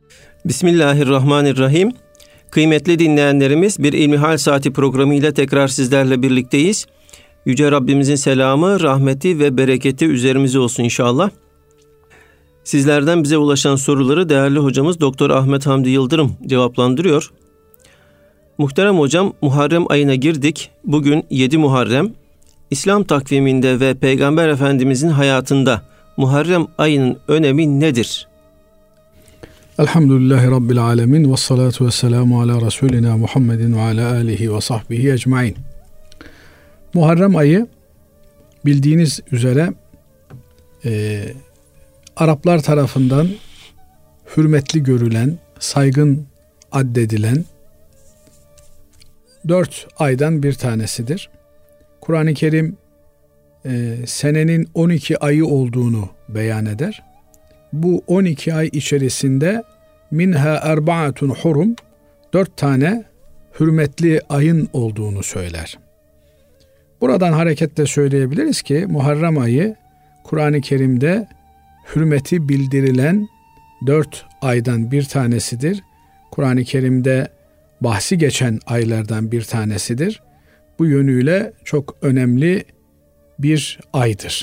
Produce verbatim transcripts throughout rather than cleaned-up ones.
Bismillahirrahmanirrahim. Kıymetli dinleyenlerimiz, bir İlmihal Saati programı ile tekrar sizlerle birlikteyiz. Yüce Rabbimizin selamı, rahmeti ve bereketi üzerimize olsun inşallah. Sizlerden bize ulaşan soruları değerli hocamız Doktor Ahmet Hamdi Yıldırım cevaplandırıyor. Muhterem hocam, Muharrem ayına girdik. Bugün yedi Muharrem. İslam takviminde ve Peygamber Efendimizin hayatında Muharrem ayının önemi nedir? Elhamdülillahi Rabbil alemin ve salatu ve selamu ala Resulina Muhammedin ve ala alihi ve sahbihi ecmain. Muharrem ayı bildiğiniz üzere e, Araplar tarafından hürmetli görülen, saygın addedilen dört aydan bir tanesidir. Kur'an-ı Kerim e, senenin on iki ayı olduğunu beyan eder. Bu on iki ay içerisinde minha erbaatun hurum, dört tane hürmetli ayın olduğunu söyler. Buradan hareketle söyleyebiliriz ki Muharrem ayı Kur'an-ı Kerim'de hürmeti bildirilen dört aydan bir tanesidir. Kur'an-ı Kerim'de bahsi geçen aylardan bir tanesidir. Bu yönüyle çok önemli bir aydır.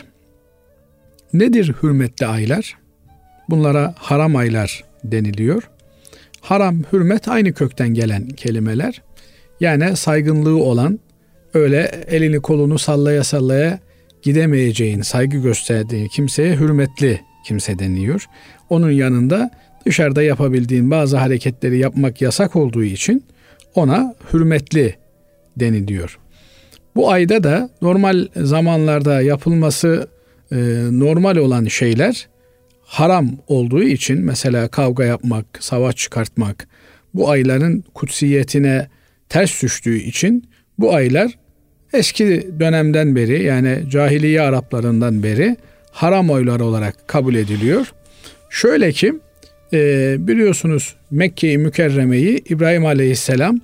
Nedir hürmetli aylar? Bunlara haram aylar deniliyor. Haram, hürmet aynı kökten gelen kelimeler. Yani saygınlığı olan, öyle elini kolunu sallaya sallaya gidemeyeceğin, saygı gösterdiği kimseye hürmetli kimse deniliyor. Onun yanında dışarıda yapabildiğin bazı hareketleri yapmak yasak olduğu için ona hürmetli deniliyor. Bu ayda da normal zamanlarda yapılması e, normal olan şeyler haram olduğu için, mesela kavga yapmak, savaş çıkartmak, bu ayların kutsiyetine ters düştüğü için bu aylar eski dönemden beri, yani cahiliye Araplarından beri haram aylar olarak kabul ediliyor. Şöyle ki e, biliyorsunuz Mekke-i Mükerreme'yi İbrahim Aleyhisselam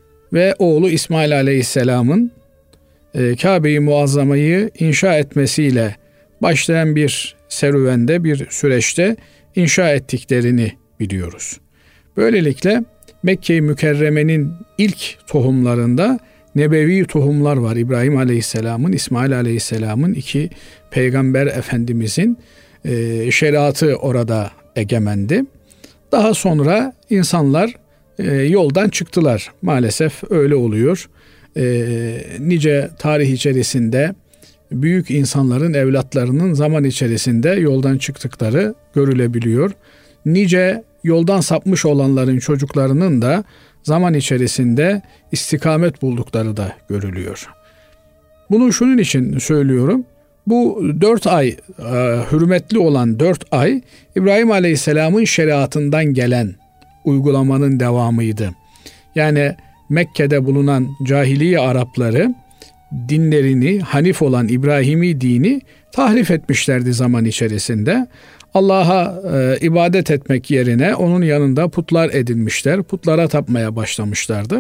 ve oğlu İsmail Aleyhisselam'ın e, Kabe-i Muazzama'yı inşa etmesiyle başlayan bir serüvende, bir süreçte inşa ettiklerini biliyoruz. Böylelikle Mekke-i Mükerreme'nin ilk tohumlarında nebevi tohumlar var. İbrahim Aleyhisselam'ın, İsmail Aleyhisselam'ın, iki peygamber efendimizin e, şeriatı orada egemendi. Daha sonra insanlar e, yoldan çıktılar. Maalesef öyle oluyor. E, nice tarih içerisinde büyük insanların evlatlarının zaman içerisinde yoldan çıktıkları görülebiliyor. Nice yoldan sapmış olanların çocuklarının da zaman içerisinde istikamet buldukları da görülüyor. Bunu şunun için söylüyorum. Bu dört ay, hürmetli olan dört ay İbrahim Aleyhisselam'ın şeriatından gelen uygulamanın devamıydı. Yani Mekke'de bulunan cahiliye Arapları dinlerini, hanif olan İbrahimi dini tahrif etmişlerdi zaman içerisinde. Allah'a e, ibadet etmek yerine onun yanında putlar edinmişler. Putlara tapmaya başlamışlardı.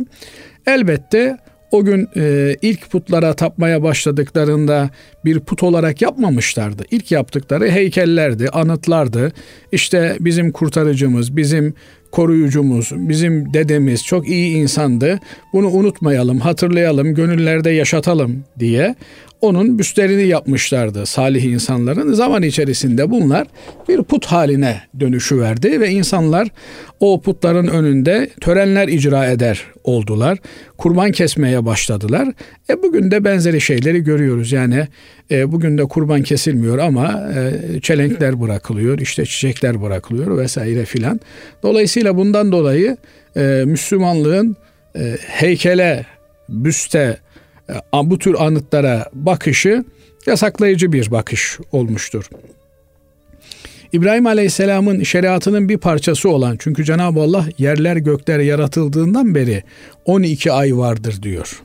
Elbette o gün e, ilk putlara tapmaya başladıklarında bir put olarak yapmamışlardı. İlk yaptıkları heykellerdi, anıtlardı. İşte bizim kurtarıcımız, bizim koruyucumuz, bizim dedemiz çok iyi insandı. Bunu unutmayalım, hatırlayalım, gönüllerde yaşatalım diye onun büstlerini yapmışlardı salih insanların. Zaman içerisinde bunlar bir put haline dönüşüverdi ve insanlar o putların önünde törenler icra eder oldular. Kurban kesmeye başladılar. E bugün de benzeri şeyleri görüyoruz. Yani e, bugün de kurban kesilmiyor ama e, çelenkler bırakılıyor, işte çiçekler bırakılıyor vesaire filan. Dolayısıyla bundan dolayı e, Müslümanlığın e, heykele, büste, bu tür anıtlara bakışı yasaklayıcı bir bakış olmuştur. İbrahim Aleyhisselam'ın şeriatının bir parçası olan, çünkü Cenab-ı Allah yerler gökler yaratıldığından beri on iki ay vardır diyor.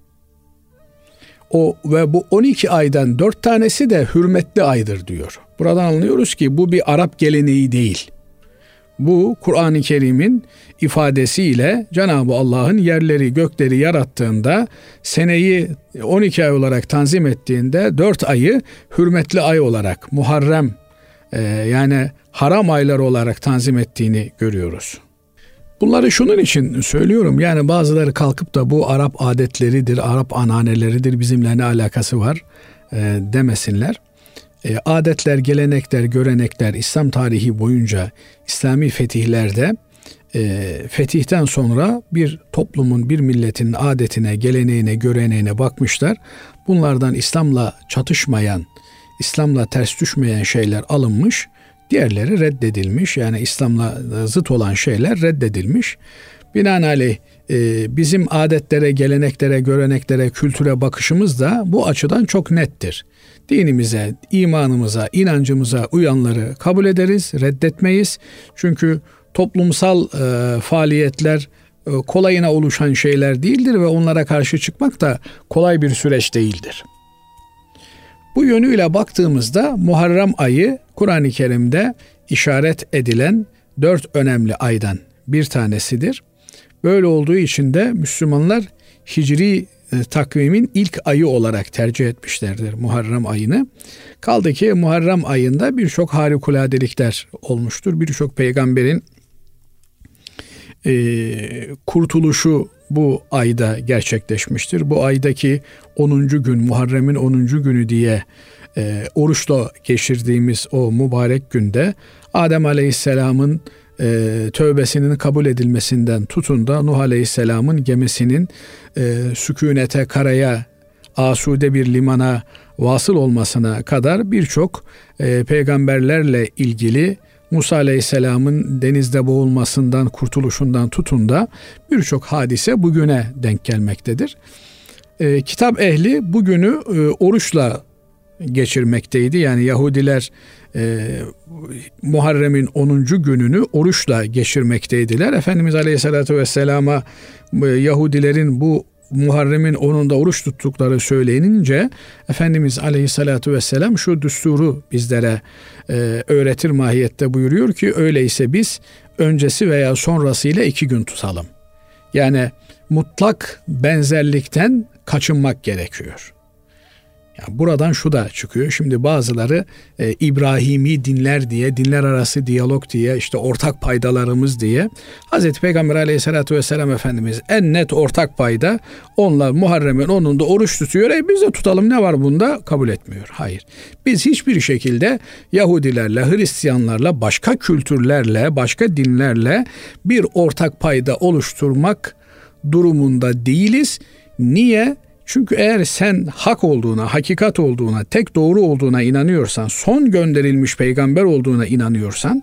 O ve bu on iki aydan dört tanesi de hürmetli aydır diyor. Buradan anlıyoruz ki bu bir Arap geleneği değil. Bu Kur'an-ı Kerim'in ifadesiyle Cenab-ı Allah'ın yerleri gökleri yarattığında, seneyi on iki ay olarak tanzim ettiğinde dört ayı hürmetli ay olarak, Muharrem e, yani haram aylar olarak tanzim ettiğini görüyoruz. Bunları şunun için söylüyorum. Yani bazıları kalkıp da bu Arap adetleridir, Arap ananeleridir, bizimle ne alakası var e, demesinler. E, adetler, gelenekler, görenekler İslam tarihi boyunca İslami fetihlerde e, fetihten sonra bir toplumun, bir milletin adetine, geleneğine, göreneğine bakmışlar. Bunlardan İslam'la çatışmayan, İslam'la ters düşmeyen şeyler alınmış, diğerleri reddedilmiş. Yani İslam'la zıt olan şeyler reddedilmiş. Binaenaleyh e, bizim adetlere, geleneklere, göreneklere, kültüre bakışımız da bu açıdan çok nettir. Dinimize, imanımıza, inancımıza uyanları kabul ederiz, reddetmeyiz. Çünkü toplumsal e, faaliyetler e, kolayına oluşan şeyler değildir ve onlara karşı çıkmak da kolay bir süreç değildir. Bu yönüyle baktığımızda Muharrem ayı Kur'an-ı Kerim'de işaret edilen dört önemli aydan bir tanesidir. Böyle olduğu için de Müslümanlar Hicri e, takvimin ilk ayı olarak tercih etmişlerdir Muharrem ayını. Kaldı ki Muharrem ayında birçok harikuladelikler olmuştur. Birçok peygamberin e, kurtuluşu bu ayda gerçekleşmiştir. Bu aydaki onuncu gün, Muharrem'in onuncu günü diye e, oruçla geçirdiğimiz o mübarek günde Adem Aleyhisselam'ın e, tövbesinin kabul edilmesinden tutun da Nuh Aleyhisselam'ın gemisinin e, sükunete, karaya, asude bir limana vasıl olmasına kadar birçok e, peygamberlerle ilgili Musa Aleyhisselam'ın denizde boğulmasından, kurtuluşundan tutun da birçok hadise bugüne denk gelmektedir. E, kitap ehli bugünü e, oruçla geçirmekteydi. Yani Yahudiler e, Muharrem'in onuncu gününü oruçla geçirmekteydiler. Efendimiz Aleyhisselatü Vesselam'a e, Yahudilerin bu Muharrem'in onunda oruç tuttukları söylenince Efendimiz Aleyhisselatü Vesselam şu düsturu bizlere e, öğretir mahiyette buyuruyor ki öyleyse biz öncesi veya sonrasıyla iki gün tutalım. Yani mutlak benzerlikten kaçınmak gerekiyor. Yani buradan şu da çıkıyor. Şimdi bazıları e, İbrahimi dinler diye, dinler arası diyalog diye, işte ortak paydalarımız diye Hazreti Peygamber Aleyhisselatü Vesselam Efendimiz en net ortak payda onlar Muharrem'in onunda oruç tutuyor. E biz de tutalım, ne var bunda? Kabul etmiyor. Hayır. Biz hiçbir şekilde Yahudilerle, Hristiyanlarla, başka kültürlerle, başka dinlerle bir ortak payda oluşturmak durumunda değiliz. Niye? Çünkü eğer sen hak olduğuna, hakikat olduğuna, tek doğru olduğuna inanıyorsan, son gönderilmiş peygamber olduğuna inanıyorsan,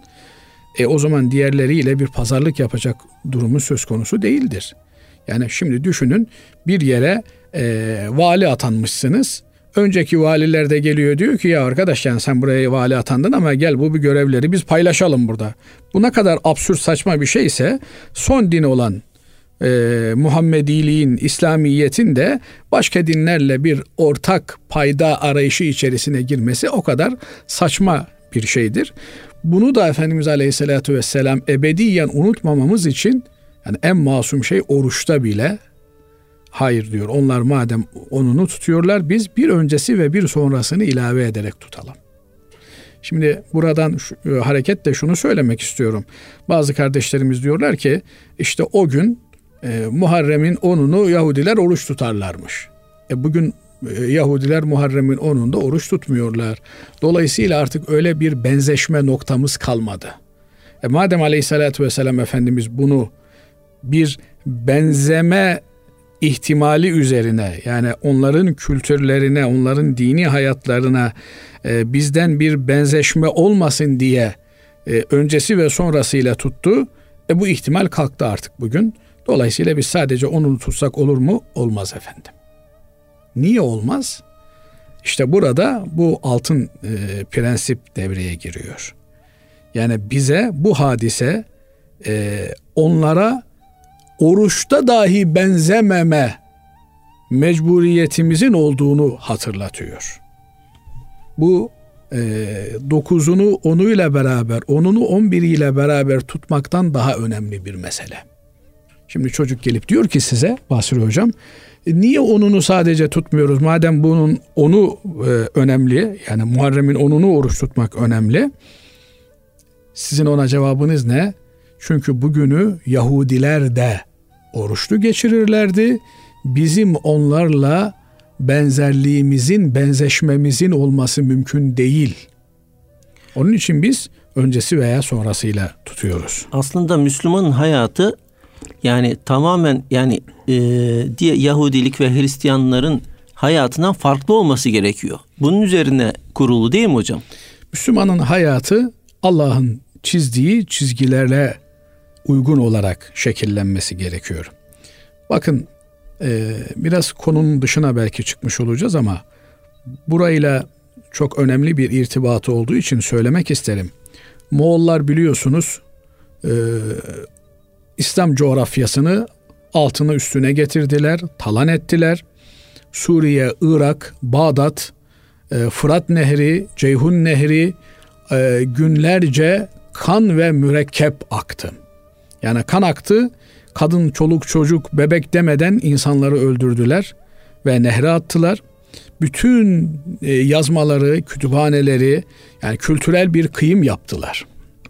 e o zaman diğerleriyle bir pazarlık yapacak durumu söz konusu değildir. Yani şimdi düşünün, bir yere e, vali atanmışsınız. Önceki valiler de geliyor, diyor ki ya arkadaş, yani sen buraya vali atandın ama gel bu bir görevleri biz paylaşalım burada. Bu ne kadar absürt, saçma bir şeyse son din olan Ee, Muhammediliğin, İslamiyetin de başka dinlerle bir ortak payda arayışı içerisine girmesi o kadar saçma bir şeydir. Bunu da Efendimiz Aleyhisselatü Vesselam ebediyen unutmamamız için, yani en masum şey oruçta bile hayır diyor. Onlar madem onunu tutuyorlar, biz bir öncesi ve bir sonrasını ilave ederek tutalım. Şimdi buradan şu, hareketle şunu söylemek istiyorum. Bazı kardeşlerimiz diyorlar ki işte o gün e, Muharrem'in onunu Yahudiler oruç tutarlarmış. E, bugün e, Yahudiler Muharrem'in onunda oruç tutmuyorlar. Dolayısıyla artık öyle bir benzeşme noktamız kalmadı. E, madem Aleyhisselatü Vesselam Efendimiz bunu bir benzeme ihtimali üzerine, yani onların kültürlerine, onların dini hayatlarına e, bizden bir benzeşme olmasın diye e, öncesi ve sonrasıyla tuttu. E, bu ihtimal kalktı artık bugün. Dolayısıyla biz sadece onu tutsak olur mu? Olmaz efendim. Niye olmaz? İşte burada bu altın e, prensip devreye giriyor. Yani bize bu hadise e, onlara oruçta dahi benzememe mecburiyetimizin olduğunu hatırlatıyor. Bu e, dokuzunu onuyla beraber, onunu on biriyle beraber tutmaktan daha önemli bir mesele. Şimdi çocuk gelip diyor ki size, Basri Hocam, E, niye onunu sadece tutmuyoruz? Madem bunun onu e, önemli, yani Muharrem'in onunu oruç tutmak önemli. Sizin ona cevabınız ne? Çünkü bugünü Yahudiler de oruçlu geçirirlerdi. Bizim onlarla benzerliğimizin, benzeşmemizin olması mümkün değil. Onun için biz öncesi veya sonrasıyla tutuyoruz. Aslında Müslümanın hayatı yani tamamen yani e, diye Yahudilik ve Hristiyanların hayatından farklı olması gerekiyor. Bunun üzerine kurulu değil mi hocam? Müslümanın hayatı Allah'ın çizdiği çizgilerle uygun olarak şekillenmesi gerekiyor. Bakın e, biraz konunun dışına belki çıkmış olacağız ama burayla çok önemli bir irtibatı olduğu için söylemek isterim. Moğollar biliyorsunuz e, İslam coğrafyasını altını üstüne getirdiler, talan ettiler. Suriye, Irak, Bağdat, e, Fırat Nehri, Ceyhun Nehri e, günlerce kan ve mürekkep aktı. Yani kan aktı, kadın, çoluk, çocuk, bebek demeden insanları öldürdüler ve nehre attılar. Bütün e, yazmaları, kütüphaneleri, yani kültürel bir kıyım yaptılar.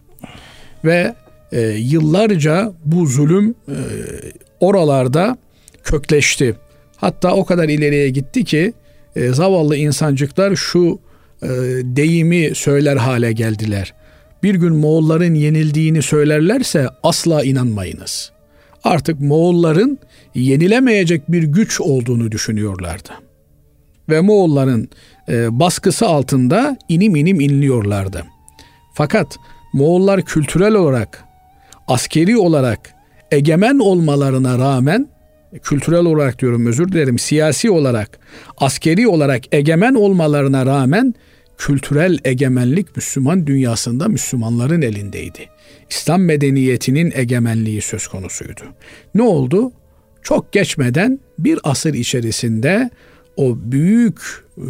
Ve e, yıllarca bu zulüm e, oralarda kökleşti. Hatta o kadar ileriye gitti ki e, zavallı insancıklar şu e, deyimi söyler hale geldiler. Bir gün Moğolların yenildiğini söylerlerse asla inanmayınız. Artık Moğolların yenilemeyecek bir güç olduğunu düşünüyorlardı. Ve Moğolların e, baskısı altında inim inim inliyorlardı. Fakat Moğollar kültürel olarak, askeri olarak egemen olmalarına rağmen, kültürel olarak diyorum özür dilerim, siyasi olarak, askeri olarak egemen olmalarına rağmen kültürel egemenlik Müslüman dünyasında Müslümanların elindeydi. İslam medeniyetinin egemenliği söz konusuydu. Ne oldu? Çok geçmeden bir asır içerisinde o büyük e,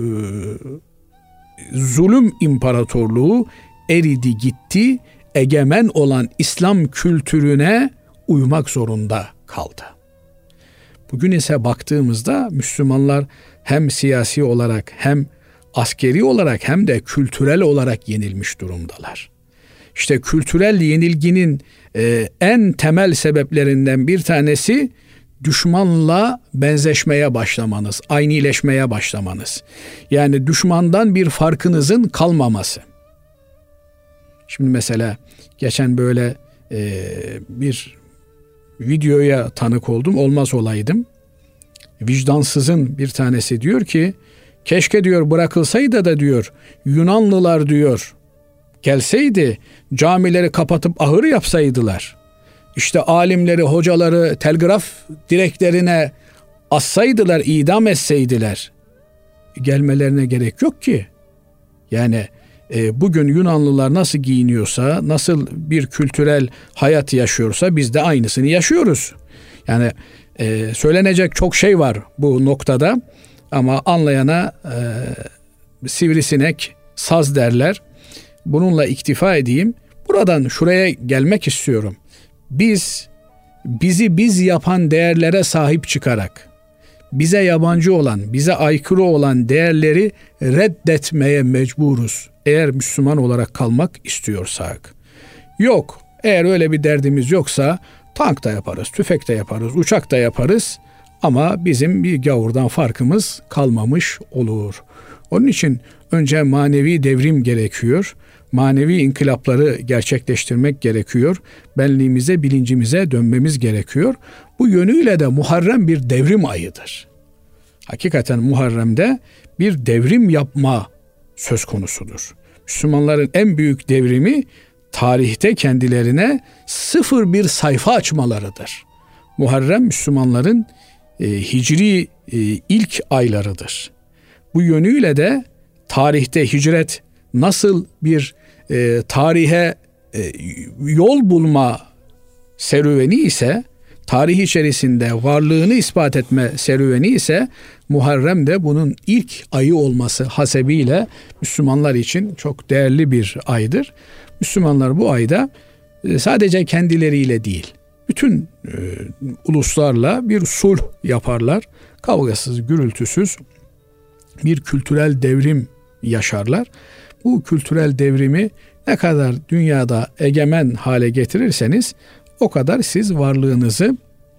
zulüm imparatorluğu eridi gitti, egemen olan İslam kültürüne uymak zorunda kaldı. Bugün ise baktığımızda Müslümanlar hem siyasi olarak hem askeri olarak hem de kültürel olarak yenilmiş durumdalar. İşte kültürel yenilginin e, en temel sebeplerinden bir tanesi düşmanla benzeşmeye başlamanız, aynileşmeye başlamanız. Yani düşmandan bir farkınızın kalmaması. Şimdi mesela geçen böyle e, bir videoya tanık oldum, olmaz olaydım. Vicdansızın bir tanesi diyor ki, keşke diyor bırakılsaydı da diyor Yunanlılar diyor gelseydi camileri kapatıp ahır yapsaydılar. İşte alimleri, hocaları telgraf direklerine assaydılar, idam etseydiler. Gelmelerine gerek yok ki. Yani e, bugün Yunanlılar nasıl giyiniyorsa, nasıl bir kültürel hayat yaşıyorsa biz de aynısını yaşıyoruz. Yani e, söylenecek çok şey var bu noktada ama anlayana e, sivrisinek saz derler. Bununla iktifa edeyim. Buradan şuraya gelmek istiyorum. Biz, bizi biz yapan değerlere sahip çıkarak, bize yabancı olan, bize aykırı olan değerleri reddetmeye mecburuz. Eğer Müslüman olarak kalmak istiyorsak. Yok, eğer öyle bir derdimiz yoksa tank da yaparız, tüfek de yaparız, uçak da yaparız ama bizim bir gavurdan farkımız kalmamış olur. Onun için önce manevi devrim gerekiyor. Manevi inkılapları gerçekleştirmek gerekiyor. Benliğimize, bilincimize dönmemiz gerekiyor. Bu yönüyle de Muharrem bir devrim ayıdır. Hakikaten Muharrem'de bir devrim yapma söz konusudur. Müslümanların en büyük devrimi tarihte kendilerine sıfır bir sayfa açmalarıdır. Muharrem Müslümanların e, hicri e, ilk aylarıdır. Bu yönüyle de tarihte hicret nasıl bir e, tarihe e, yol bulma serüveni ise, tarih içerisinde varlığını ispat etme serüveni ise Muharrem de bunun ilk ayı olması hasebiyle Müslümanlar için çok değerli bir aydır. Müslümanlar bu ayda sadece kendileriyle değil, bütün e, uluslarla bir sulh yaparlar. Kavgasız, gürültüsüz bir kültürel devrim yaşarlar. Bu kültürel devrimi ne kadar dünyada egemen hale getirirseniz o kadar siz varlığınızı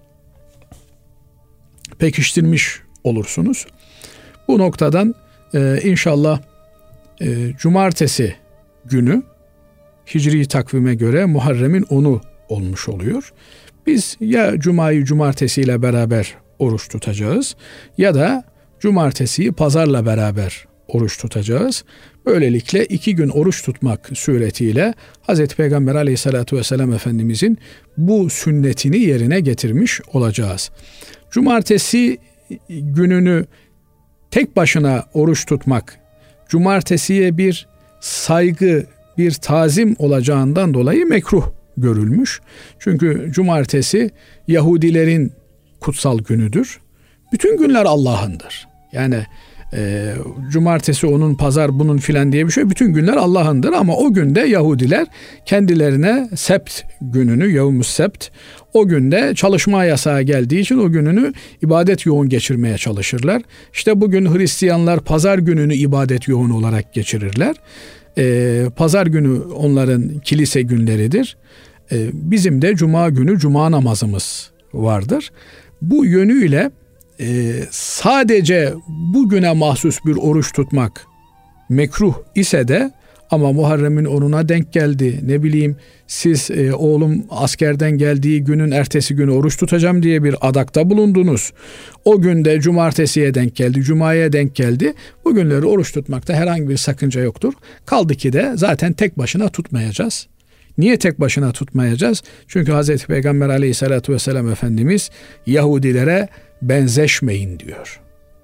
pekiştirmiş olursunuz. Bu noktadan e, inşallah e, cumartesi günü Hicri takvime göre Muharrem'in onu olmuş oluyor. Biz ya cumayı cumartesiyle beraber oruç tutacağız ya da cumartesiyi pazarla beraber oruç tutacağız. Böylelikle iki gün oruç tutmak suretiyle Hazreti Peygamber Aleyhisselatü Vesselam Efendimizin bu sünnetini yerine getirmiş olacağız. Cumartesi gününü tek başına oruç tutmak, cumartesiye bir saygı, bir tazim olacağından dolayı mekruh görülmüş. Çünkü cumartesi Yahudilerin kutsal günüdür. Bütün günler Allah'ındır. Yani e, cumartesi onun, pazar bunun filan diye bir şey. Bütün günler Allah'ındır ama o günde Yahudiler kendilerine sept gününü, yevmüs sept, o günde çalışma yasağı geldiği için o gününü ibadet yoğun geçirmeye çalışırlar. İşte bugün Hristiyanlar pazar gününü ibadet yoğun olarak geçirirler. Ee, pazar günü onların kilise günleridir. Ee, bizim de cuma günü cuma namazımız vardır. Bu yönüyle e, sadece bugüne mahsus bir oruç tutmak mekruh ise de ama Muharrem'in onuna denk geldi. Ne bileyim siz e, oğlum askerden geldiği günün ertesi günü oruç tutacağım diye bir adakta bulundunuz. O günde cumartesiye denk geldi, cumaya denk geldi. Bu günleri oruç tutmakta herhangi bir sakınca yoktur. Kaldı ki de zaten tek başına tutmayacağız. Niye tek başına tutmayacağız? Çünkü Hazreti Peygamber Aleyhisselatü Vesselam Efendimiz Yahudilere benzeşmeyin diyor.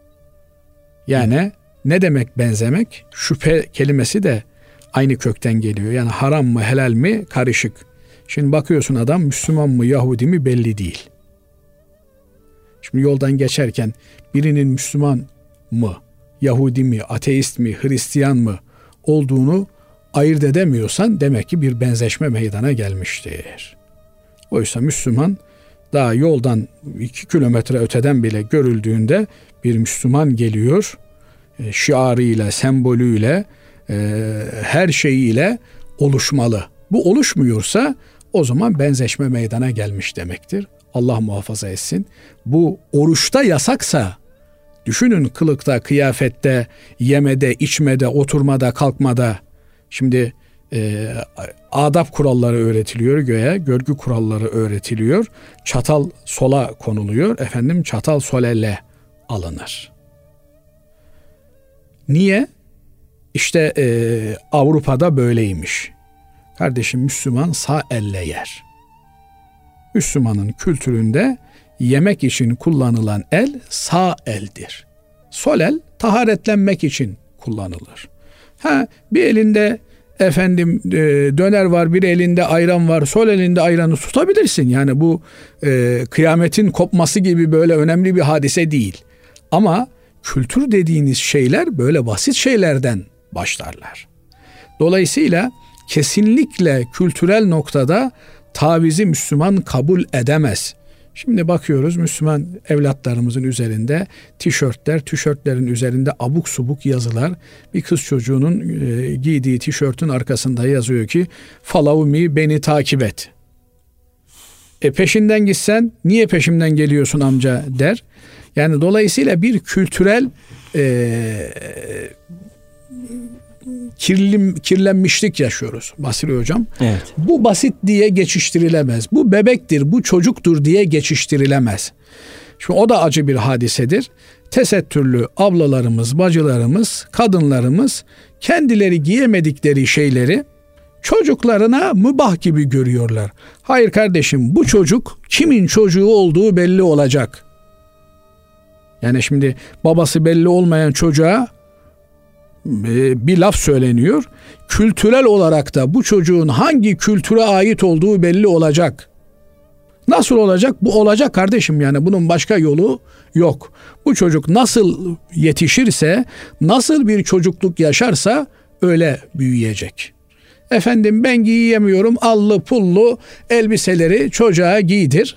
Yani ne demek benzemek? Şüphe kelimesi de aynı kökten geliyor. Yani haram mı helal mi karışık. Şimdi bakıyorsun adam Müslüman mı Yahudi mi belli değil. Şimdi yoldan geçerken birinin Müslüman mı, Yahudi mi, ateist mi, Hristiyan mı olduğunu ayırt edemiyorsan demek ki bir benzeşme meydana gelmiştir. Oysa Müslüman daha yoldan iki kilometre öteden bile görüldüğünde bir Müslüman geliyor, şiarıyla, sembolüyle, her şeyiyle oluşmalı. Bu oluşmuyorsa o zaman benzeşme meydana gelmiş demektir. Allah muhafaza etsin. Bu oruçta yasaksa, düşünün kılıkta, kıyafette, yemede, içmede, oturmada, kalkmada. Şimdi e, adab kuralları öğretiliyor göğe, görgü kuralları öğretiliyor. Çatal sola konuluyor. Efendim çatal sol elle alınır. Niye? İşte e, Avrupa'da böyleymiş. Kardeşim Müslüman sağ elle yer. Müslümanın kültüründe yemek için kullanılan el sağ eldir. Sol el taharetlenmek için kullanılır. Ha bir elinde efendim e, döner var, bir elinde ayran var. Sol elinde ayranı tutabilirsin. Yani bu e, kıyametin kopması gibi böyle önemli bir hadise değil. Ama kültür dediğiniz şeyler böyle basit şeylerden başlarlar. Dolayısıyla kesinlikle kültürel noktada tavizi Müslüman kabul edemez. Şimdi bakıyoruz Müslüman evlatlarımızın üzerinde tişörtler, tişörtlerin üzerinde abuk subuk yazılar. Bir kız çocuğunun e, giydiği tişörtün arkasında yazıyor ki follow me, beni takip et. E peşinden gitsen niye peşimden geliyorsun amca der. Yani dolayısıyla bir kültürel e, kirli, kirlenmişlik yaşıyoruz Basri Hocam. Evet. Bu basit diye geçiştirilemez. Bu bebektir, bu çocuktur diye geçiştirilemez. Şimdi o da acı bir hadisedir. Tesettürlü ablalarımız, bacılarımız, kadınlarımız kendileri giyemedikleri şeyleri çocuklarına mübah gibi görüyorlar. Hayır kardeşim, bu çocuk kimin çocuğu olduğu belli olacak. Yani şimdi babası belli olmayan çocuğa bir laf söyleniyor. Kültürel olarak da bu çocuğun hangi kültüre ait olduğu belli olacak. Nasıl olacak? Bu olacak kardeşim, yani bunun başka yolu yok. Bu çocuk nasıl yetişirse, nasıl bir çocukluk yaşarsa öyle büyüyecek. Efendim ben giyemiyorum, allı pullu elbiseleri çocuğa giydir.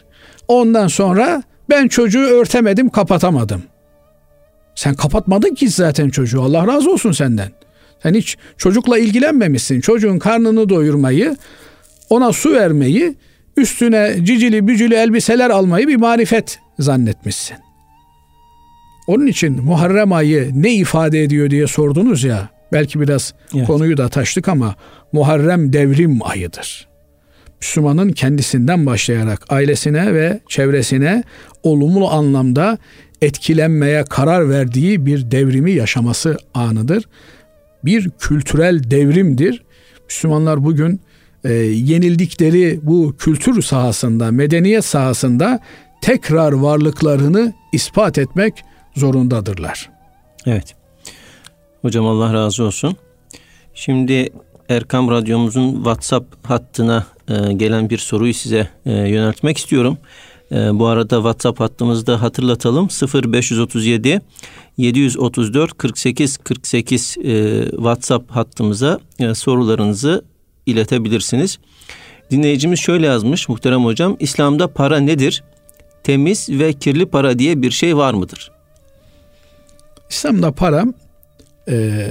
Ondan sonra ben çocuğu örtemedim, kapatamadım. Sen kapatmadın ki zaten çocuğu. Allah razı olsun senden. Sen hiç çocukla ilgilenmemişsin. Çocuğun karnını doyurmayı, ona su vermeyi, üstüne cicili bücülü elbiseler almayı bir marifet zannetmişsin. Onun için Muharrem ayı ne ifade ediyor diye sordunuz ya. Belki biraz evet. konuyu da taştık ama Muharrem devrim ayıdır. Müslümanın kendisinden başlayarak ailesine ve çevresine olumlu anlamda etkilenmeye karar verdiği bir devrimi yaşaması anıdır. Bir kültürel devrimdir. Müslümanlar bugün e, yenildikleri bu kültür sahasında, medeniyet sahasında tekrar varlıklarını ispat etmek zorundadırlar. Evet. Hocam Allah razı olsun. Şimdi Erkam Radyomuzun WhatsApp hattına e, gelen bir soruyu size e, yöneltmek istiyorum. E, bu arada WhatsApp hattımızı da hatırlatalım. sıfır beş otuz yedi yedi otuz dört kırk sekiz kırk sekiz e, WhatsApp hattımıza e, sorularınızı iletebilirsiniz. Dinleyicimiz şöyle yazmış muhterem hocam. İslam'da para nedir? Temiz ve kirli para diye bir şey var mıdır? İslam'da para e,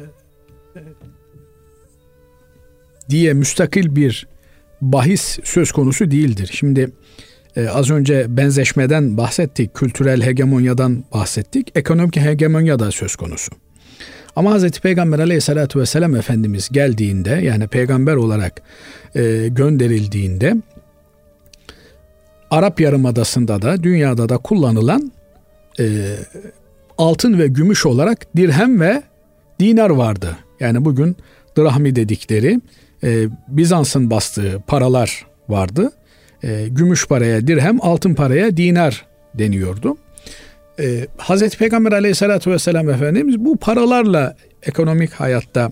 diye müstakil bir bahis söz konusu değildir. Şimdi e, az önce benzeşmeden bahsettik, kültürel hegemonyadan bahsettik, ekonomik hegemonya da söz konusu. Ama Hazreti Peygamber Aleyhisselatü Vesselam Efendimiz geldiğinde, yani peygamber olarak e, gönderildiğinde Arap Yarımadası'nda da dünyada da kullanılan e, altın ve gümüş olarak dirhem ve dinar vardı. Yani bugün drahmi dedikleri e, Bizans'ın bastığı paralar vardı. E, gümüş paraya dirhem, altın paraya dinar deniyordu. E, Hazreti Peygamber Aleyhisselatü Vesselam Efendimiz bu paralarla ekonomik hayatta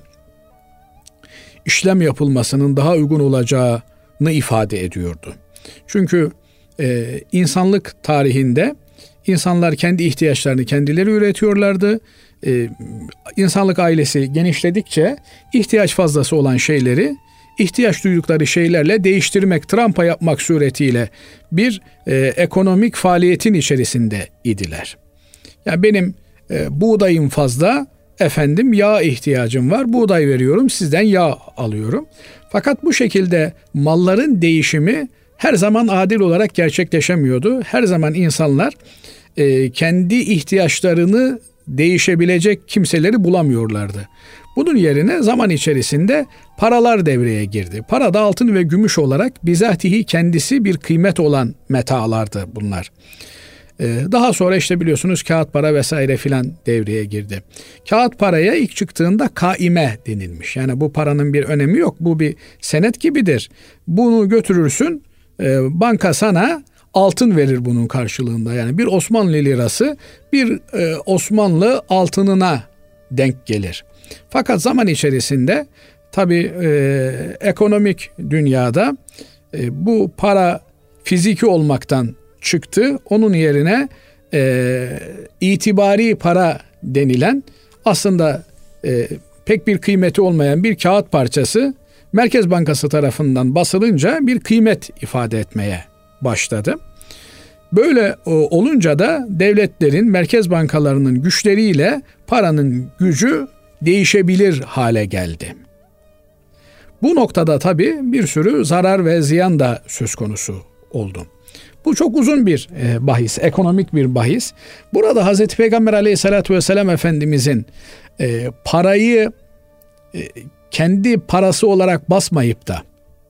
işlem yapılmasının daha uygun olacağını ifade ediyordu. Çünkü e, insanlık tarihinde insanlar kendi ihtiyaçlarını kendileri üretiyorlardı. Ee, insanlık ailesi genişledikçe ihtiyaç fazlası olan şeyleri ihtiyaç duydukları şeylerle değiştirmek, trampa yapmak suretiyle bir e, ekonomik faaliyetin içerisinde idiler. Yani benim e, buğdayım fazla, efendim yağ ihtiyacım var, buğday veriyorum, sizden yağ alıyorum. Fakat bu şekilde malların değişimi her zaman adil olarak gerçekleşemiyordu. Her zaman insanlar e, kendi ihtiyaçlarını değişebilecek kimseleri bulamıyorlardı. Bunun yerine zaman içerisinde paralar devreye girdi. Para da altın ve gümüş olarak bizatihi kendisi bir kıymet olan metalardı bunlar. E, daha sonra işte biliyorsunuz kağıt para vesaire filan devreye girdi. Kağıt paraya ilk çıktığında kaime denilmiş. Yani bu paranın bir önemi yok. Bu bir senet gibidir. Bunu götürürsün, banka sana altın verir bunun karşılığında. Yani bir Osmanlı lirası bir e, Osmanlı altınına denk gelir. Fakat zaman içerisinde tabii e, ekonomik dünyada e, bu para fiziki olmaktan çıktı. Onun yerine e, itibari para denilen aslında e, pek bir kıymeti olmayan bir kağıt parçası Merkez Bankası tarafından basılınca bir kıymet ifade etmeye başladı. Böyle olunca da devletlerin, merkez bankalarının güçleriyle paranın gücü değişebilir hale geldi. Bu noktada tabii bir sürü zarar ve ziyan da söz konusu oldu. Bu çok uzun bir bahis, ekonomik bir bahis. Burada Hazreti Peygamber Aleyhisselatü Vesselam Efendimizin parayı kendi parası olarak basmayıp da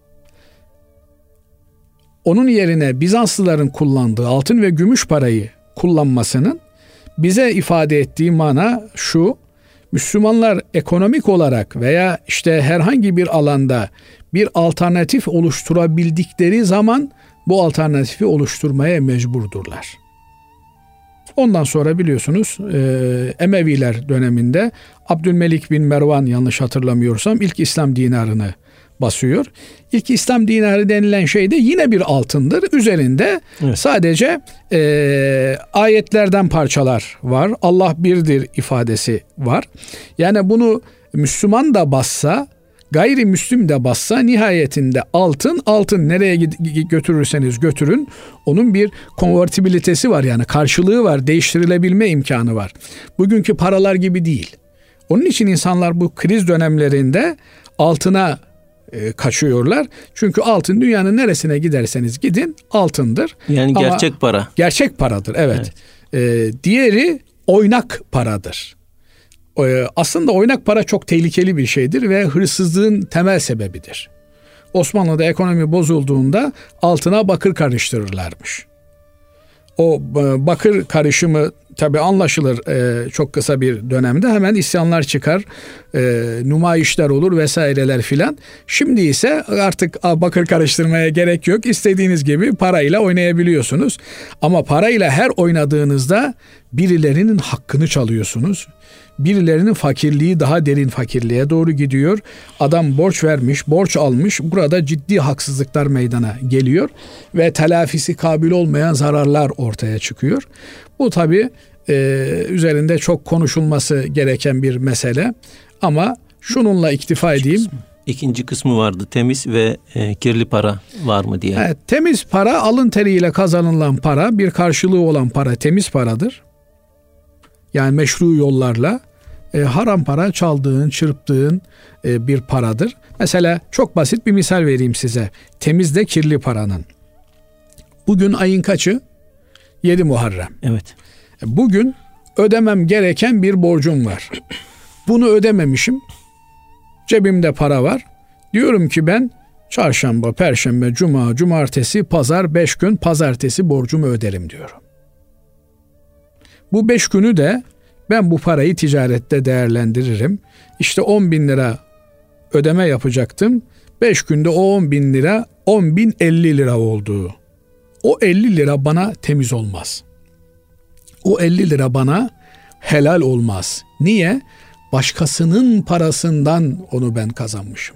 onun yerine Bizanslıların kullandığı altın ve gümüş parayı kullanmasının bize ifade ettiği mana şu: Müslümanlar ekonomik olarak veya işte herhangi bir alanda bir alternatif oluşturabildikleri zaman bu alternatifi oluşturmaya mecburdurlar. Ondan sonra biliyorsunuz e, Emeviler döneminde Abdülmelik bin Mervan, yanlış hatırlamıyorsam, ilk İslam dinarını basıyor. İlk İslam dinarı denilen şey de yine bir altındır. Üzerinde evet. sadece e, ayetlerden parçalar var. Allah birdir ifadesi var. Yani bunu Müslüman da bassa, Gayrimüslim de bassa nihayetinde altın, altın nereye götürürseniz götürün onun bir konvertibilitesi var, yani karşılığı var, değiştirilebilme imkanı var. Bugünkü paralar gibi değil. Onun için insanlar bu kriz dönemlerinde altına e, kaçıyorlar. Çünkü altın dünyanın neresine giderseniz gidin altındır. Yani Ama gerçek para. Gerçek paradır, evet. evet. E, diğeri oynak paradır. E, aslında oynak para çok tehlikeli bir şeydir ve hırsızlığın temel sebebidir. Osmanlı'da ekonomi bozulduğunda altına bakır karıştırırlarmış. O e, bakır karışımı tabii anlaşılır e, çok kısa bir dönemde, hemen isyanlar çıkar, e, numayişler olur vesaireler filan. Şimdi ise artık bakır karıştırmaya gerek yok. İstediğiniz gibi parayla oynayabiliyorsunuz. Ama parayla her oynadığınızda birilerinin hakkını çalıyorsunuz. Birilerinin fakirliği daha derin fakirliğe doğru gidiyor. Adam borç vermiş, borç almış. Burada ciddi haksızlıklar meydana geliyor ve telafisi kabil olmayan zararlar ortaya çıkıyor. Bu tabii e, üzerinde çok konuşulması gereken bir mesele. Ama şununla iktifa edeyim. İkinci kısmı vardı. Temiz ve e, kirli para var mı diye. Evet, temiz para, alın teriyle kazanılan para, bir karşılığı olan para temiz paradır. Yani meşru yollarla. E, haram para çaldığın, çırptığın e, bir paradır. Mesela çok basit bir misal vereyim size. Temizde kirli paranın. Bugün ayın kaçı? yedi Muharrem. Evet. Bugün ödemem gereken bir borcum var. Bunu ödememişim. Cebimde para var. Diyorum ki ben çarşamba, perşembe, cuma, cumartesi, pazar, beş gün pazartesi borcumu öderim diyorum. Bu beş günü de ben bu parayı ticarette değerlendiririm. İşte on bin lira ödeme yapacaktım. beş günde o on bin lira on bin elli lira oldu. O elli lira bana temiz olmaz. O elli lira bana helal olmaz. Niye? Başkasının parasından onu ben kazanmışım.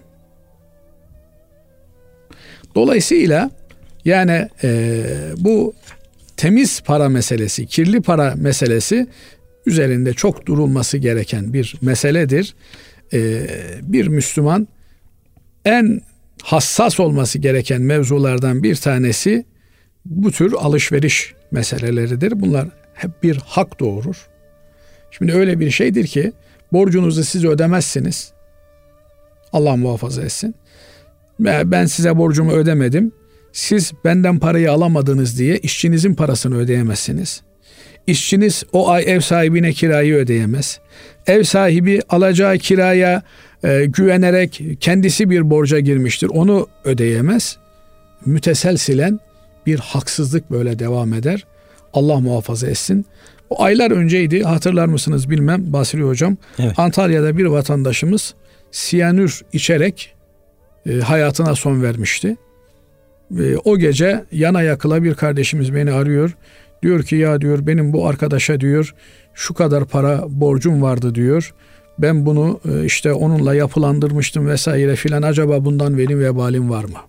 Dolayısıyla yani e, bu temiz para meselesi, kirli para meselesi üzerinde çok durulması gereken bir meseledir. Ee, bir Müslüman en hassas olması gereken mevzulardan bir tanesi bu tür alışveriş meseleleridir. Bunlar hep bir hak doğurur. Şimdi öyle bir şeydir ki borcunuzu siz ödemezsiniz. Allah muhafaza etsin. Ben size borcumu ödemedim. Siz benden parayı alamadınız diye işçinizin parasını ödeyemezsiniz. İşçiniz o ay ev sahibine kirayı ödeyemez. Ev sahibi alacağı kiraya e, güvenerek kendisi bir borca girmiştir. Onu ödeyemez. Müteselsilen bir haksızlık böyle devam eder. Allah muhafaza etsin. O aylar önceydi, hatırlar mısınız bilmem Basri Hocam. Evet. Antalya'da bir vatandaşımız siyanür içerek e, hayatına son vermişti. E, o gece yana yakıla bir kardeşimiz beni arıyor. Diyor ki ya diyor benim bu arkadaşa diyor şu kadar para borcum vardı diyor. Ben bunu işte onunla yapılandırmıştım vesaire filan, acaba bundan benim vebalim var mı?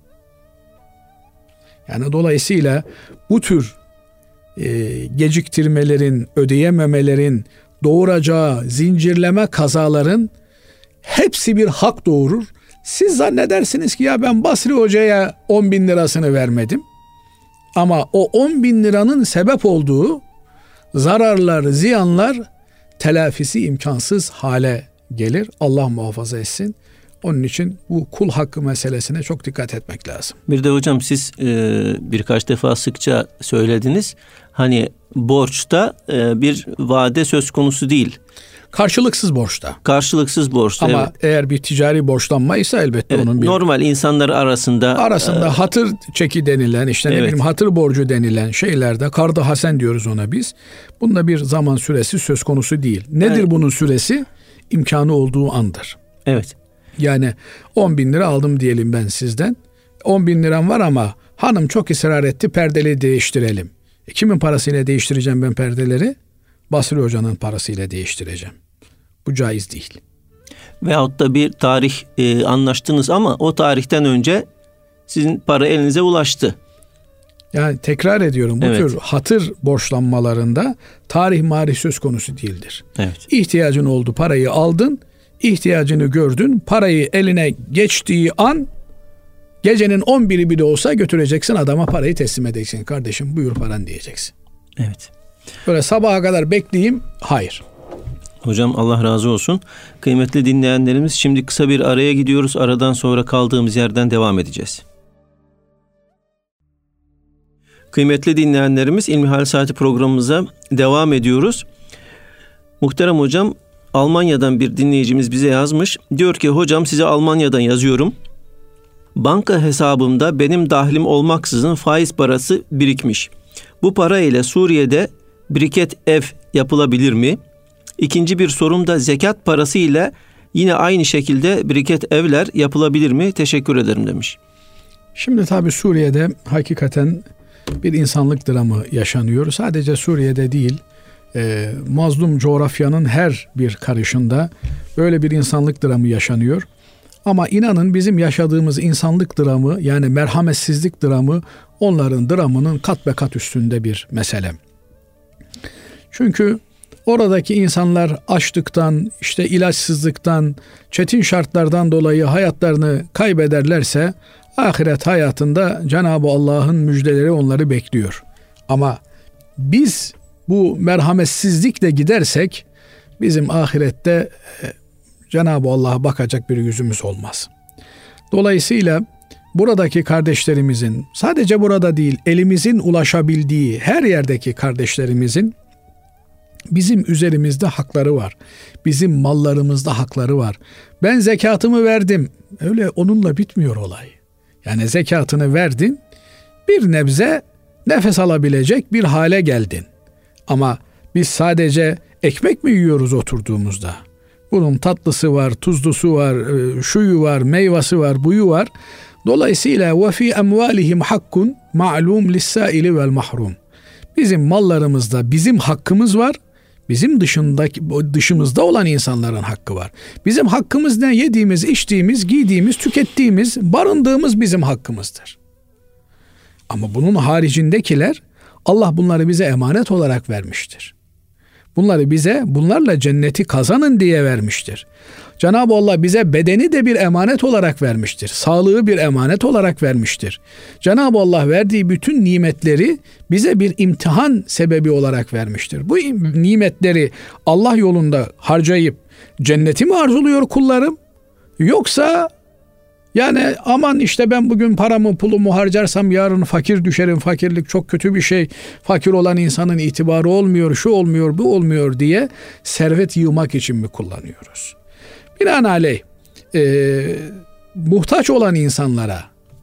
Yani dolayısıyla bu tür e, geciktirmelerin, ödeyememelerin doğuracağı zincirleme kazaların hepsi bir hak doğurur. Siz zannedersiniz ki ya ben Basri Hoca'ya on bin lirasını vermedim. Ama o on bin liranın sebep olduğu zararlar, ziyanlar telafisi imkansız hale gelir. Allah muhafaza etsin. Onun için bu kul hakkı meselesine çok dikkat etmek lazım. Bir de hocam siz e, birkaç defa sıkça söylediniz. Hani borçta e, bir vade söz konusu değil. Karşılıksız borçta. Karşılıksız borçta. Ama evet. eğer bir ticari borçlanma ise elbette evet, onun bir... Normal insanlar arasında... Arasında e, hatır çeki denilen, işte evet. ne bileyim hatır borcu denilen şeylerde, kardı hasen diyoruz ona biz. Bunda bir zaman süresi söz konusu değil. Nedir evet. bunun süresi? İmkanı olduğu andır. Evet. Yani on bin lira aldım diyelim ben sizden. on bin liram var ama hanım çok ısrar etti, perdeli değiştirelim. E, kimin parasıyla değiştireceğim ben perdeleri? Basri Hoca'nın parasıyla değiştireceğim. Bu caiz değil. Veyahut da bir tarih e, anlaştınız ama o tarihten önce sizin para elinize ulaştı. Yani tekrar ediyorum, bu evet. tür hatır borçlanmalarında tarih marih söz konusu değildir. Evet. İhtiyacın oldu, parayı aldın, ihtiyacını gördün, parayı eline geçtiği an gecenin on biri bile olsa götüreceksin adama, parayı teslim edeceksin. Kardeşim buyur paran diyeceksin. Evet. Böyle sabaha kadar bekleyeyim, hayır. Hocam Allah razı olsun. Kıymetli dinleyenlerimiz, şimdi kısa bir araya gidiyoruz. Aradan sonra kaldığımız yerden devam edeceğiz. Kıymetli dinleyenlerimiz, İlmihal Saati programımıza devam ediyoruz. Muhterem hocam, Almanya'dan bir dinleyicimiz bize yazmış. Diyor ki hocam, size Almanya'dan yazıyorum. Banka hesabımda benim dahlim olmaksızın faiz parası birikmiş. Bu para ile Suriye'de briket ev yapılabilir mi? İkinci bir sorum da zekat parası ile yine aynı şekilde briket evler yapılabilir mi? Teşekkür ederim demiş. Şimdi tabii Suriye'de hakikaten bir insanlık dramı yaşanıyor. Sadece Suriye'de değil, e, mazlum coğrafyanın her bir karışında böyle bir insanlık dramı yaşanıyor. Ama inanın bizim yaşadığımız insanlık dramı, yani merhametsizlik dramı, onların dramının kat be kat üstünde bir mesele. Çünkü oradaki insanlar açlıktan, işte ilaçsızlıktan, çetin şartlardan dolayı hayatlarını kaybederlerse ahiret hayatında Cenab-ı Allah'ın müjdeleri onları bekliyor. Ama biz bu merhametsizlikle gidersek bizim ahirette Cenab-ı Allah'a bakacak bir yüzümüz olmaz. Dolayısıyla buradaki kardeşlerimizin, sadece burada değil, elimizin ulaşabildiği her yerdeki kardeşlerimizin bizim üzerimizde hakları var. Bizim mallarımızda hakları var. Ben zekatımı verdim. Öyle onunla bitmiyor olay. Yani zekatını verdin, bir nebze nefes alabilecek bir hale geldin. Ama biz sadece ekmek mi yiyoruz oturduğumuzda? Bunun tatlısı var, tuzlusu var, şuyu var, meyvesi var, buyu var. Dolayısıyla ve fi emvalihim hakkun ma'lum lis-saili vel mahrum. Bizim mallarımızda bizim hakkımız var. Bizim dışındaki, dışımızda olan insanların hakkı var. Bizim hakkımız ne? Yediğimiz, içtiğimiz, giydiğimiz, tükettiğimiz, barındığımız bizim hakkımızdır. Ama bunun haricindekiler, Allah bunları bize emanet olarak vermiştir. Bunları bize, bunlarla cenneti kazanın diye vermiştir. Cenab-ı Allah bize bedeni de bir emanet olarak vermiştir. Sağlığı bir emanet olarak vermiştir. Cenab-ı Allah verdiği bütün nimetleri bize bir imtihan sebebi olarak vermiştir. Bu nimetleri Allah yolunda harcayıp cenneti mi arzuluyor kullarım? Yoksa yani aman işte ben bugün paramı pulumu harcarsam yarın fakir düşerim, fakirlik çok kötü bir şey, fakir olan insanın itibarı olmuyor, şu olmuyor, bu olmuyor diye servet yığmak için mi kullanıyoruz? Binaenaleyh e, muhtaç olan insanlara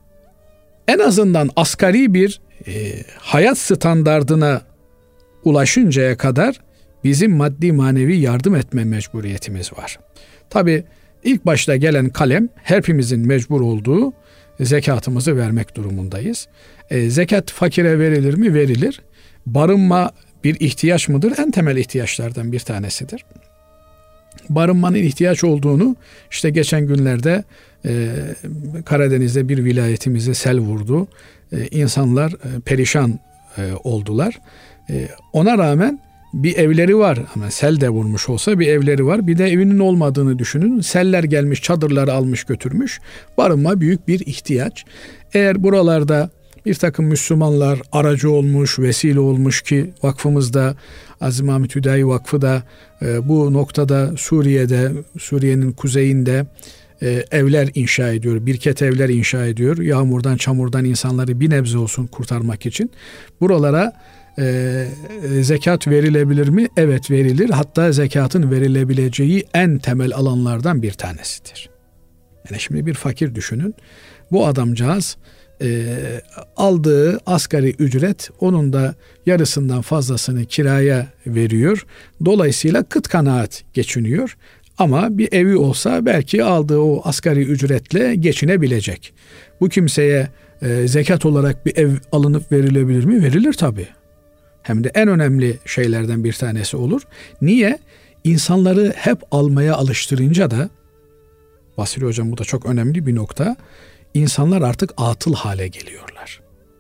en azından asgari bir e, hayat standardına ulaşıncaya kadar bizim maddi manevi yardım etme mecburiyetimiz var. Tabii İlk başta gelen kalem hepimizin mecbur olduğu zekatımızı vermek durumundayız. E, zekat fakire verilir mi? Verilir. Barınma bir ihtiyaç mıdır? En temel ihtiyaçlardan bir tanesidir. Barınmanın ihtiyaç olduğunu işte geçen günlerde e, Karadeniz'de bir vilayetimize sel vurdu. E, insanlar e, perişan e, oldular. E, ona rağmen bir evleri var, ama sel de vurmuş olsa bir evleri var. Bir de evinin olmadığını düşünün. Seller gelmiş, çadırları almış götürmüş. Barınma büyük bir ihtiyaç. Eğer buralarda bir takım Müslümanlar aracı olmuş, vesile olmuş ki vakfımızda, Aziz Mahmut Hüdayi Vakfı da e, bu noktada Suriye'de, Suriye'nin kuzeyinde e, evler inşa ediyor. Birket evler inşa ediyor. Yağmurdan, çamurdan insanları bir nebze olsun kurtarmak için. Buralara Ee, zekat verilebilir mi? Evet, verilir. Hatta zekatın verilebileceği en temel alanlardan bir tanesidir. Yani şimdi bir fakir düşünün. Bu adamcağız e, aldığı asgari ücret, onun da yarısından fazlasını kiraya veriyor. Dolayısıyla kıt kanaat geçiniyor. Ama bir evi olsa belki aldığı o asgari ücretle geçinebilecek. Bu kimseye e, zekat olarak bir ev alınıp verilebilir mi? Verilir tabii. Hem de en önemli şeylerden bir tanesi olur. Niye? İnsanları hep almaya alıştırınca da, Basri Hocam bu da çok önemli bir nokta, İnsanlar artık atıl hale geliyorlar.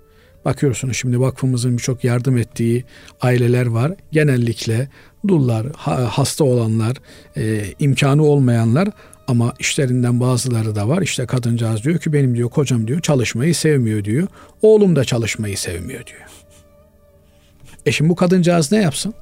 Bakıyorsunuz şimdi vakfımızın birçok yardım ettiği aileler var. Genellikle dullar, hasta olanlar, e, imkanı olmayanlar, ama işlerinden bazıları da var. İşte kadıncağız diyor ki benim diyor kocam diyor çalışmayı sevmiyor diyor. Oğlum da çalışmayı sevmiyor diyor. E şimdi bu kadıncağız ne yapsın?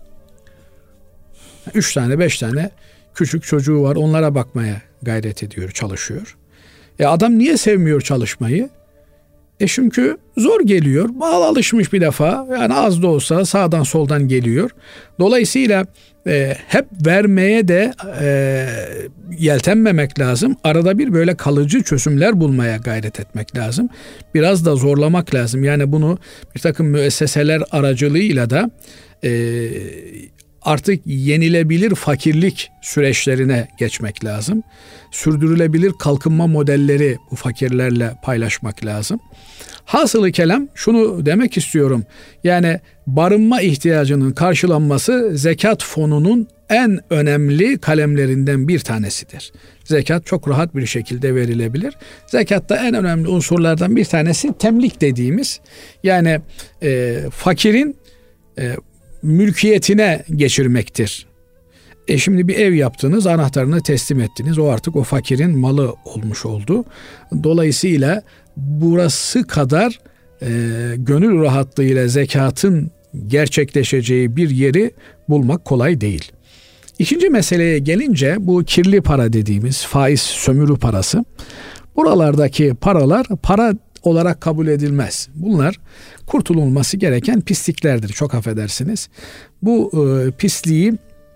Üç tane beş tane küçük çocuğu var, onlara bakmaya gayret ediyor, çalışıyor. E adam niye sevmiyor çalışmayı? E çünkü zor geliyor. Mal alışmış bir defa. Yani az da olsa sağdan soldan geliyor. Dolayısıyla e, hep vermeye de e, yeltenmemek lazım. Arada bir böyle kalıcı çözümler bulmaya gayret etmek lazım. Biraz da zorlamak lazım. Yani bunu bir takım müesseseler aracılığıyla da e, artık yenilebilir fakirlik süreçlerine geçmek lazım. Sürdürülebilir kalkınma modelleri bu fakirlerle paylaşmak lazım. Hasılı kelam şunu demek istiyorum. Yani barınma ihtiyacının karşılanması zekat fonunun en önemli kalemlerinden bir tanesidir. Zekat çok rahat bir şekilde verilebilir. Zekatta en önemli unsurlardan bir tanesi temlik dediğimiz, yani e, fakirin e, mülkiyetine geçirmektir. E şimdi bir ev yaptınız, anahtarını teslim ettiniz. O artık o fakirin malı olmuş oldu. Dolayısıyla burası kadar e, gönül rahatlığıyla zekatın gerçekleşeceği bir yeri bulmak kolay değil. İkinci meseleye gelince bu kirli para dediğimiz faiz sömürü parası. Buralardaki paralar para olarak kabul edilmez. Bunlar kurtululması gereken pisliklerdir. Çok affedersiniz. Bu e, pisliği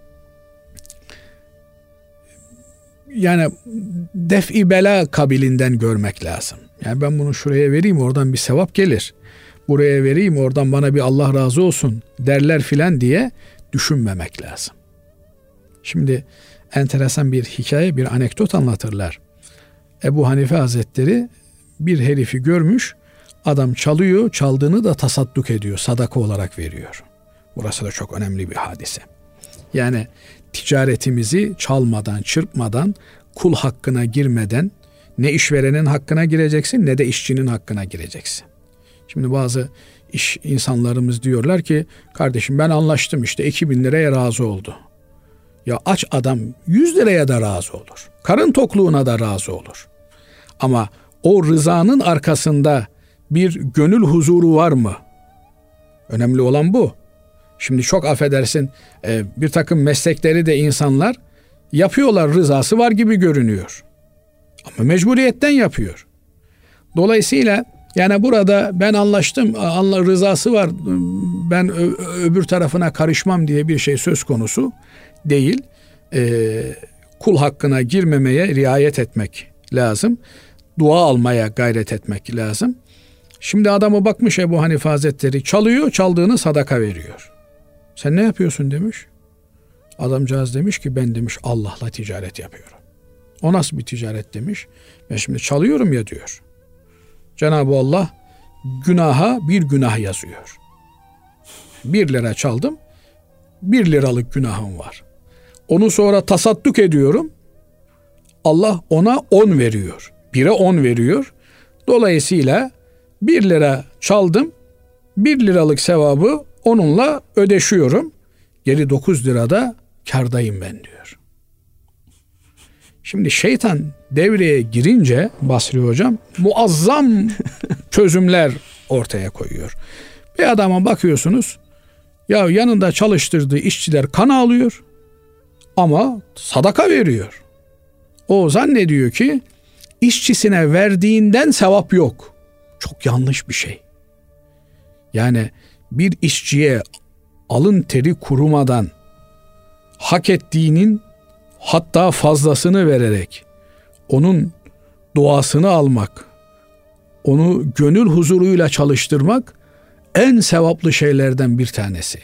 yani def-i bela kabilinden görmek lazım. Yani ben bunu şuraya vereyim, oradan bir sevap gelir. Buraya vereyim, oradan bana bir Allah razı olsun derler filan diye düşünmemek lazım. Şimdi enteresan bir hikaye, bir anekdot anlatırlar. Ebu Hanife Hazretleri bir herifi görmüş, adam çalıyor, çaldığını da tasadduk ediyor, sadaka olarak veriyor. Burası da çok önemli bir hadise. Yani ticaretimizi çalmadan, çırpmadan, kul hakkına girmeden ne işverenin hakkına gireceksin ne de işçinin hakkına gireceksin. Şimdi bazı iş insanlarımız diyorlar ki kardeşim ben anlaştım işte iki bin liraya razı oldu. Ya aç adam yüz liraya da razı olur. Karın tokluğuna da razı olur. Ama o rızanın arkasında bir gönül huzuru var mı? Önemli olan bu. Şimdi çok affedersin bir takım meslekleri de insanlar yapıyorlar, rızası var gibi görünüyor. Ama mecburiyetten yapıyor. Dolayısıyla yani burada ben anlaştım, Allah rızası var, ben öbür tarafına karışmam diye bir şey söz konusu değil. Ee, kul hakkına girmemeye riayet etmek lazım. Dua almaya gayret etmek lazım. Şimdi adama bakmış Ebu Hanife Hazretleri, çalıyor, çaldığını sadaka veriyor. Sen ne yapıyorsun demiş. Adamcağız demiş ki ben demiş Allah'la ticaret yapıyorum. O nasıl bir ticaret demiş. Ben şimdi çalıyorum ya diyor. Cenab-ı Allah günaha bir günah yazıyor. Bir lira çaldım, bir liralık günahım var. Onu sonra tasadduk ediyorum. Allah ona on veriyor. Bire on veriyor. Dolayısıyla bir lira çaldım, bir liralık sevabı onunla ödeşiyorum. Geri dokuz lirada kârdayım ben diyor. Şimdi şeytan devreye girince Basri Hocam muazzam çözümler ortaya koyuyor. Bir adama bakıyorsunuz, ya yanında çalıştırdığı işçiler kan ağlıyor ama sadaka veriyor. O zannediyor ki işçisine verdiğinden sevap yok. Çok yanlış bir şey. Yani bir işçiye alın teri kurumadan hak ettiğinin hatta fazlasını vererek onun duasını almak, onu gönül huzuruyla çalıştırmak en sevaplı şeylerden bir tanesi.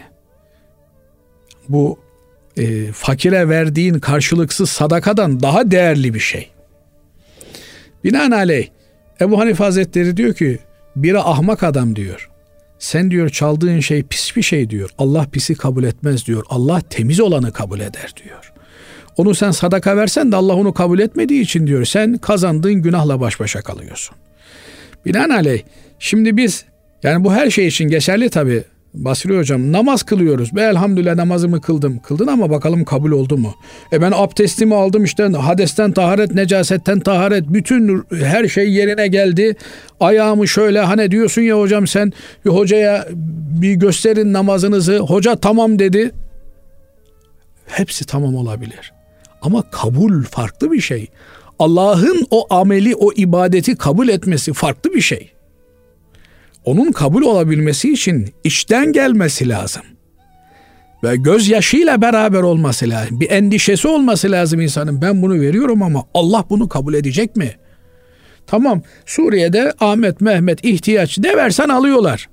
Bu e, fakire verdiğin karşılıksız sadakadan daha değerli bir şey. Binaenaleyh Ebu Hanife Hazretleri diyor ki biri ahmak adam diyor. Sen diyor çaldığın şey pis bir şey diyor. Allah pisi kabul etmez diyor. Allah temiz olanı kabul eder diyor. Onu sen sadaka versen de Allah onu kabul etmediği için diyor sen kazandığın günahla baş başa kalıyorsun. Binaenaleyh şimdi biz Yani bu her şey için geçerli tabii. Basri hocam, namaz kılıyoruz. Be elhamdülillah namazımı kıldım. Kıldın ama bakalım kabul oldu mu? E ben abdestimi aldım, işte hadesten taharet, necasetten taharet, bütün her şey yerine geldi. Ayağımı şöyle, hani diyorsun ya hocam, sen bir hocaya bir gösterin namazınızı. Hoca tamam dedi. Hepsi tamam olabilir. Ama kabul farklı bir şey. Allah'ın o ameli, o ibadeti kabul etmesi farklı bir şey. Onun kabul olabilmesi için içten gelmesi lazım. Ve gözyaşıyla beraber olması lazım. Bir endişesi olması lazım insanın. Ben bunu veriyorum ama Allah bunu kabul edecek mi? Tamam, Suriye'de Ahmet, Mehmet ihtiyaç, ne versen alıyorlar.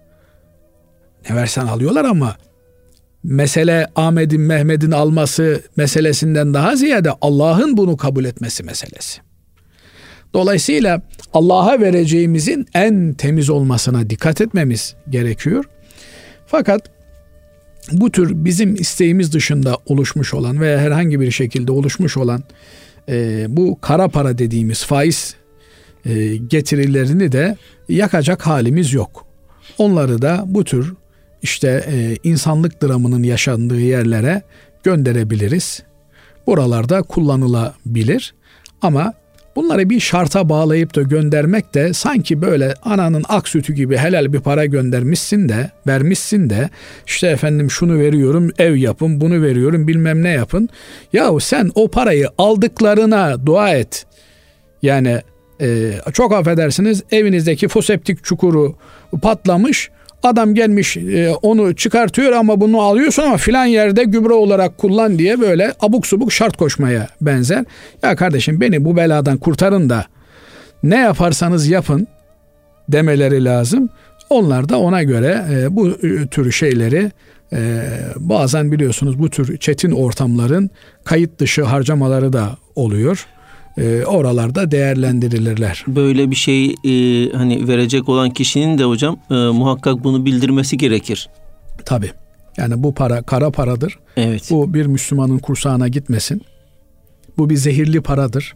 Ne versen alıyorlar ama mesele Ahmet'in, Mehmet'in alması meselesinden daha ziyade Allah'ın bunu kabul etmesi meselesi. Dolayısıyla Allah'a vereceğimizin en temiz olmasına dikkat etmemiz gerekiyor. Fakat bu tür bizim isteğimiz dışında oluşmuş olan veya herhangi bir şekilde oluşmuş olan e, bu kara para dediğimiz faiz e, getirilerini de yakacak halimiz yok. Onları da bu tür işte e, insanlık dramının yaşandığı yerlere gönderebiliriz. Buralarda kullanılabilir ama bunları bir şarta bağlayıp da göndermek de sanki böyle ananın ak sütü gibi helal bir para göndermişsin de, vermişsin de, işte efendim şunu veriyorum, ev yapın, bunu veriyorum, bilmem ne yapın. Yahu sen o parayı aldıklarına dua et. Yani e, çok affedersiniz, evinizdeki foseptik çukuru patlamış. Adam gelmiş e, onu çıkartıyor ama bunu alıyorsun ama filan yerde gübre olarak kullan diye böyle abuk subuk şart koşmaya benzer. Ya kardeşim, beni bu beladan kurtarın da ne yaparsanız yapın demeleri lazım. Onlar da ona göre e, bu tür şeyleri e, bazen biliyorsunuz bu tür çetin ortamların kayıt dışı harcamaları da oluyor. E, oralarda değerlendirilirler. Böyle bir şey e, hani verecek olan kişinin de hocam e, muhakkak bunu bildirmesi gerekir. Tabii. Yani bu para kara paradır. Evet. Bu bir Müslümanın kursağına gitmesin. Bu bir zehirli paradır.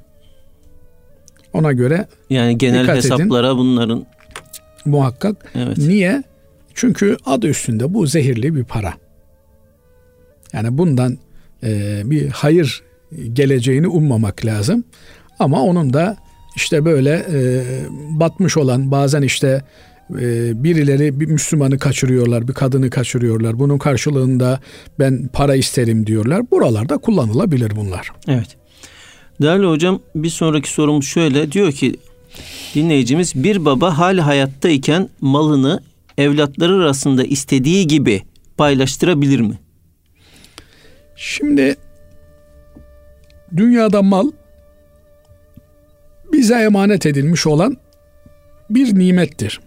Ona göre yani genel hesaplara edin. Bunların muhakkak. Evet. Niye? Çünkü adı üstünde bu zehirli bir para. Yani bundan e, bir hayır geleceğini ummamak lazım. Ama onun da işte böyle e, batmış olan, bazen işte e, birileri bir Müslümanı kaçırıyorlar, bir kadını kaçırıyorlar. Bunun karşılığında ben para isterim diyorlar. Buralarda kullanılabilir bunlar. Evet. Değerli hocam, bir sonraki sorumuz şöyle. Diyor ki dinleyicimiz, bir baba hali hayattayken malını evlatları arasında istediği gibi paylaştırabilir mi? Şimdi dünyada mal bize emanet edilmiş olan bir nimettir.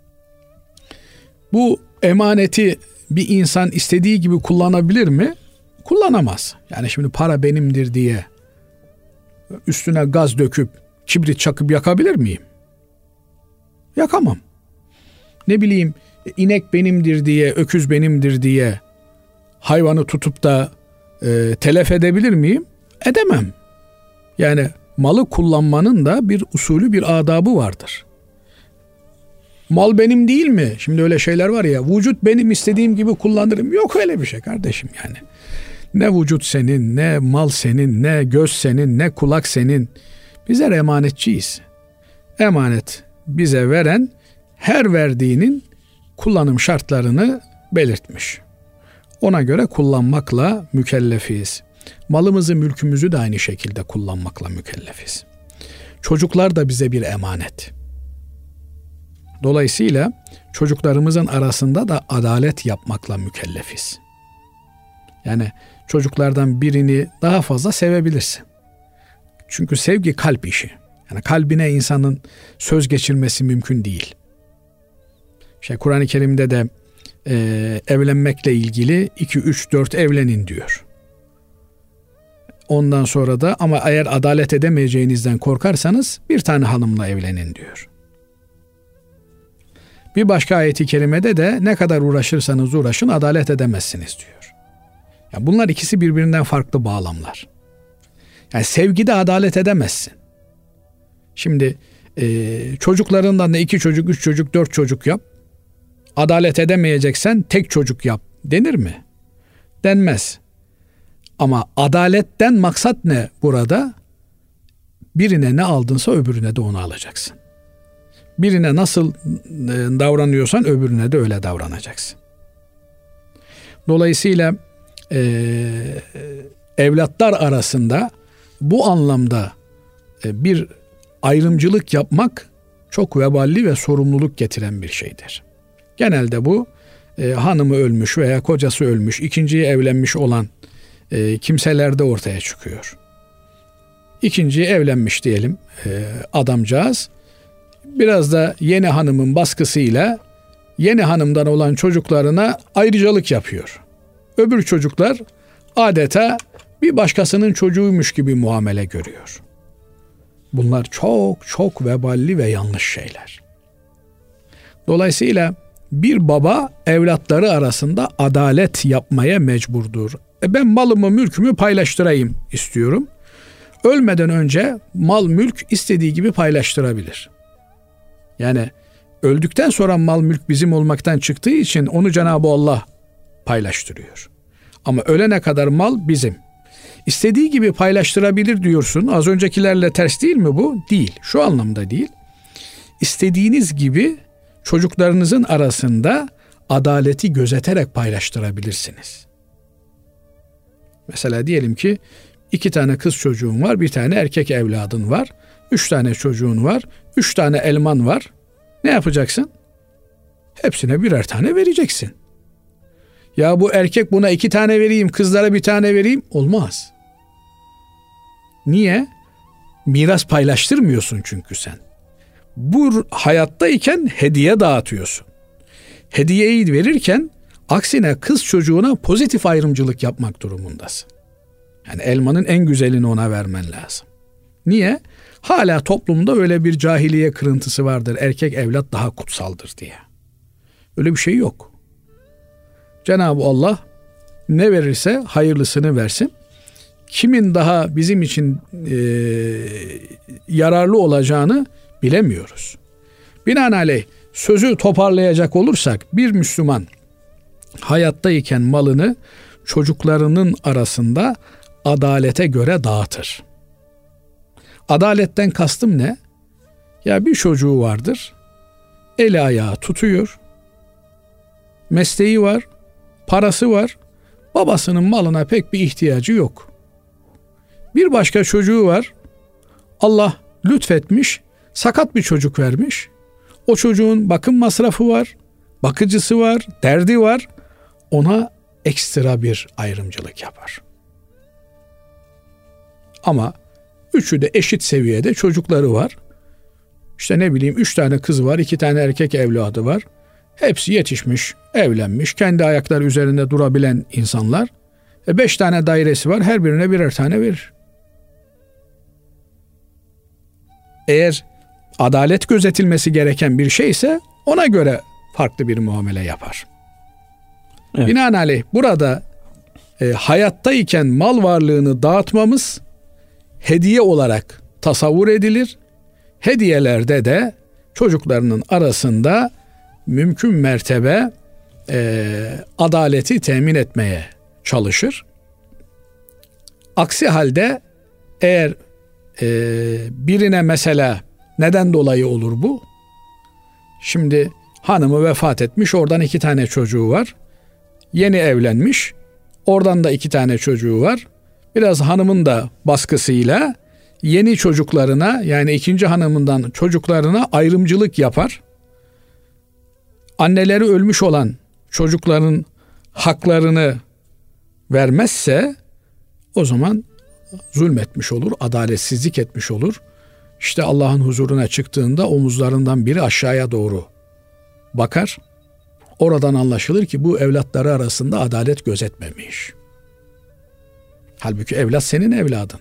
Bu emaneti bir insan istediği gibi kullanabilir mi? Kullanamaz. Yani şimdi para benimdir diye üstüne gaz döküp kibrit çakıp yakabilir miyim? Yakamam. Ne bileyim, inek benimdir diye, öküz benimdir diye hayvanı tutup da e, telef edebilir miyim? Edemem. Yani malı kullanmanın da bir usulü, bir adabı vardır. Mal benim değil mi? Şimdi öyle şeyler var ya, vücut benim, istediğim gibi kullanırım. Yok öyle bir şey kardeşim yani. Ne vücut senin, ne mal senin, ne göz senin, ne kulak senin. Bizler emanetçiyiz. Emanet bize veren her verdiğinin kullanım şartlarını belirtmiş. Ona göre kullanmakla mükellefiyiz. Malımızı, mülkümüzü de aynı şekilde kullanmakla mükellefiz. Çocuklar da bize bir emanet. Dolayısıyla çocuklarımızın arasında da adalet yapmakla mükellefiz. Yani çocuklardan birini daha fazla sevebilirsin. Çünkü sevgi kalp işi. Yani kalbine insanın söz geçirmesi mümkün değil. İşte Kur'an-ı Kerim'de de e, evlenmekle ilgili iki, üç, dört evlenin diyor. Ondan sonra da ama eğer adalet edemeyeceğinizden korkarsanız bir tane hanımla evlenin diyor. Bir başka ayeti kerimede de ne kadar uğraşırsanız uğraşın adalet edemezsiniz diyor. Yani bunlar ikisi birbirinden farklı bağlamlar. Yani sevgide adalet edemezsin. Şimdi e, çocuklarından da iki çocuk, üç çocuk, dört çocuk yap. adalet edemeyeceksen tek çocuk yap denir mi? Denmez. Ama adaletten maksat ne burada? Birine ne aldınsa öbürüne de onu alacaksın. Birine nasıl davranıyorsan öbürüne de öyle davranacaksın. Dolayısıyla e, evlatlar arasında bu anlamda e, bir ayrımcılık yapmak çok veballi ve sorumluluk getiren bir şeydir. Genelde bu e, hanımı ölmüş veya kocası ölmüş, ikinciyi evlenmiş olan e, kimselerde ortaya çıkıyor. İkinciyi evlenmiş diyelim e, adamcağız. Biraz da yeni hanımın baskısıyla yeni hanımdan olan çocuklarına ayrıcalık yapıyor. Öbür çocuklar adeta bir başkasının çocuğuymuş gibi muamele görüyor. Bunlar çok çok veballi ve yanlış şeyler. Dolayısıyla bir baba evlatları arasında adalet yapmaya mecburdur. E ben malımı mülkümü paylaştırayım istiyorum. Ölmeden önce mal mülk istediği gibi paylaştırabilir. Yani öldükten sonra mal mülk bizim olmaktan çıktığı için onu Cenab-ı Allah paylaştırıyor. Ama ölene kadar mal bizim. İstediği gibi paylaştırabilir diyorsun. Az öncekilerle ters değil mi bu? Değil. Şu anlamda değil. İstediğiniz gibi çocuklarınızın arasında adaleti gözeterek paylaştırabilirsiniz. Mesela diyelim ki iki tane kız çocuğun var, bir tane erkek evladın var, üç tane çocuğun var, üç tane elman var. Ne yapacaksın? Hepsine birer tane vereceksin. Ya bu erkek buna iki tane vereyim, kızlara bir tane vereyim. Olmaz. Niye? Miras paylaştırmıyorsun çünkü sen. Bu hayattayken hediye dağıtıyorsun. Hediyeyi verirken aksine kız çocuğuna pozitif ayrımcılık yapmak durumundasın. Yani elmanın en güzelini ona vermen lazım. Niye? Hala toplumda öyle bir cahiliye kırıntısı vardır. Erkek evlat daha kutsaldır diye. Öyle bir şey yok. Cenab-ı Allah ne verirse hayırlısını versin. Kimin daha bizim için e, yararlı olacağını bilemiyoruz. Binaenaleyh sözü toparlayacak olursak bir Müslüman hayattayken malını çocuklarının arasında adalete göre dağıtır. Adaletten kastım ne? Ya bir çocuğu vardır, eli ayağı tutuyor, mesleği var, parası var, babasının malına pek bir ihtiyacı yok. Bir başka çocuğu var, Allah lütfetmiş, sakat bir çocuk vermiş. O çocuğun bakım masrafı var, bakıcısı var, derdi var. Ona ekstra bir ayrımcılık yapar. Ama üçü de eşit seviyede çocukları var. İşte ne bileyim üç tane kız var, iki tane erkek evladı var. Hepsi yetişmiş, evlenmiş, kendi ayakları üzerinde durabilen insanlar. E beş tane dairesi var, her birine birer tane verir. Eğer adalet gözetilmesi gereken bir şeyse ona göre farklı bir muamele yapar. Evet. Binaenaleyh burada e, hayattayken mal varlığını dağıtmamız hediye olarak tasavvur edilir. Hediyelerde de çocuklarının arasında mümkün mertebe e, adaleti temin etmeye çalışır. Aksi halde eğer e, birine mesela neden dolayı olur bu? Şimdi hanımı vefat etmiş, oradan iki tane çocuğu var. Yeni evlenmiş, oradan da iki tane çocuğu var. Biraz hanımın da baskısıyla yeni çocuklarına, yani ikinci hanımından çocuklarına ayrımcılık yapar. Anneleri ölmüş olan çocukların haklarını vermezse o zaman zulmetmiş olur, adaletsizlik etmiş olur. İşte Allah'ın huzuruna çıktığında omuzlarından biri aşağıya doğru bakar. Oradan anlaşılır ki bu evlatları arasında adalet gözetmemiş. Halbuki evlat senin evladın.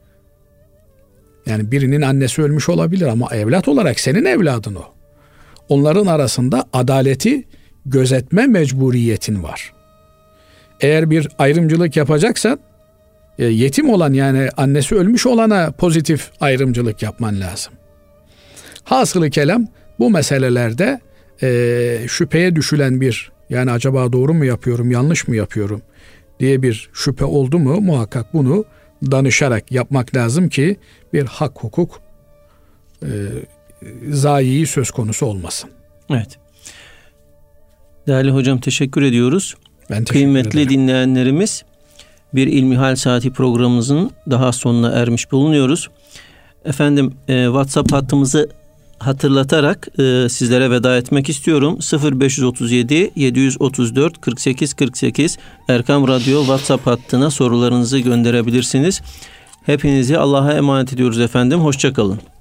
Yani birinin annesi ölmüş olabilir ama evlat olarak senin evladın o. Onların arasında adaleti gözetme mecburiyetin var. Eğer bir ayrımcılık yapacaksan e, yetim olan, yani annesi ölmüş olana pozitif ayrımcılık yapman lazım. Hasılı kelam bu meselelerde e, şüpheye düşülen bir, yani acaba doğru mu yapıyorum, yanlış mı yapıyorum diye bir şüphe oldu mu muhakkak bunu danışarak yapmak lazım ki bir hak hukuk e, zayiyi söz konusu olmasın. Evet. Değerli hocam, teşekkür ediyoruz. Ben teşekkür Kıymetli ederim. dinleyenlerimiz, bir İlmihal Saati programımızın daha sonuna ermiş bulunuyoruz. Efendim e, WhatsApp hattımızı hatırlatarak e, sizlere veda etmek istiyorum. sıfır beş otuz yedi yedi otuz dört kırk sekiz kırk sekiz Erkam Radyo WhatsApp hattına sorularınızı gönderebilirsiniz. Hepinizi Allah'a emanet ediyoruz efendim. Hoşça kalın.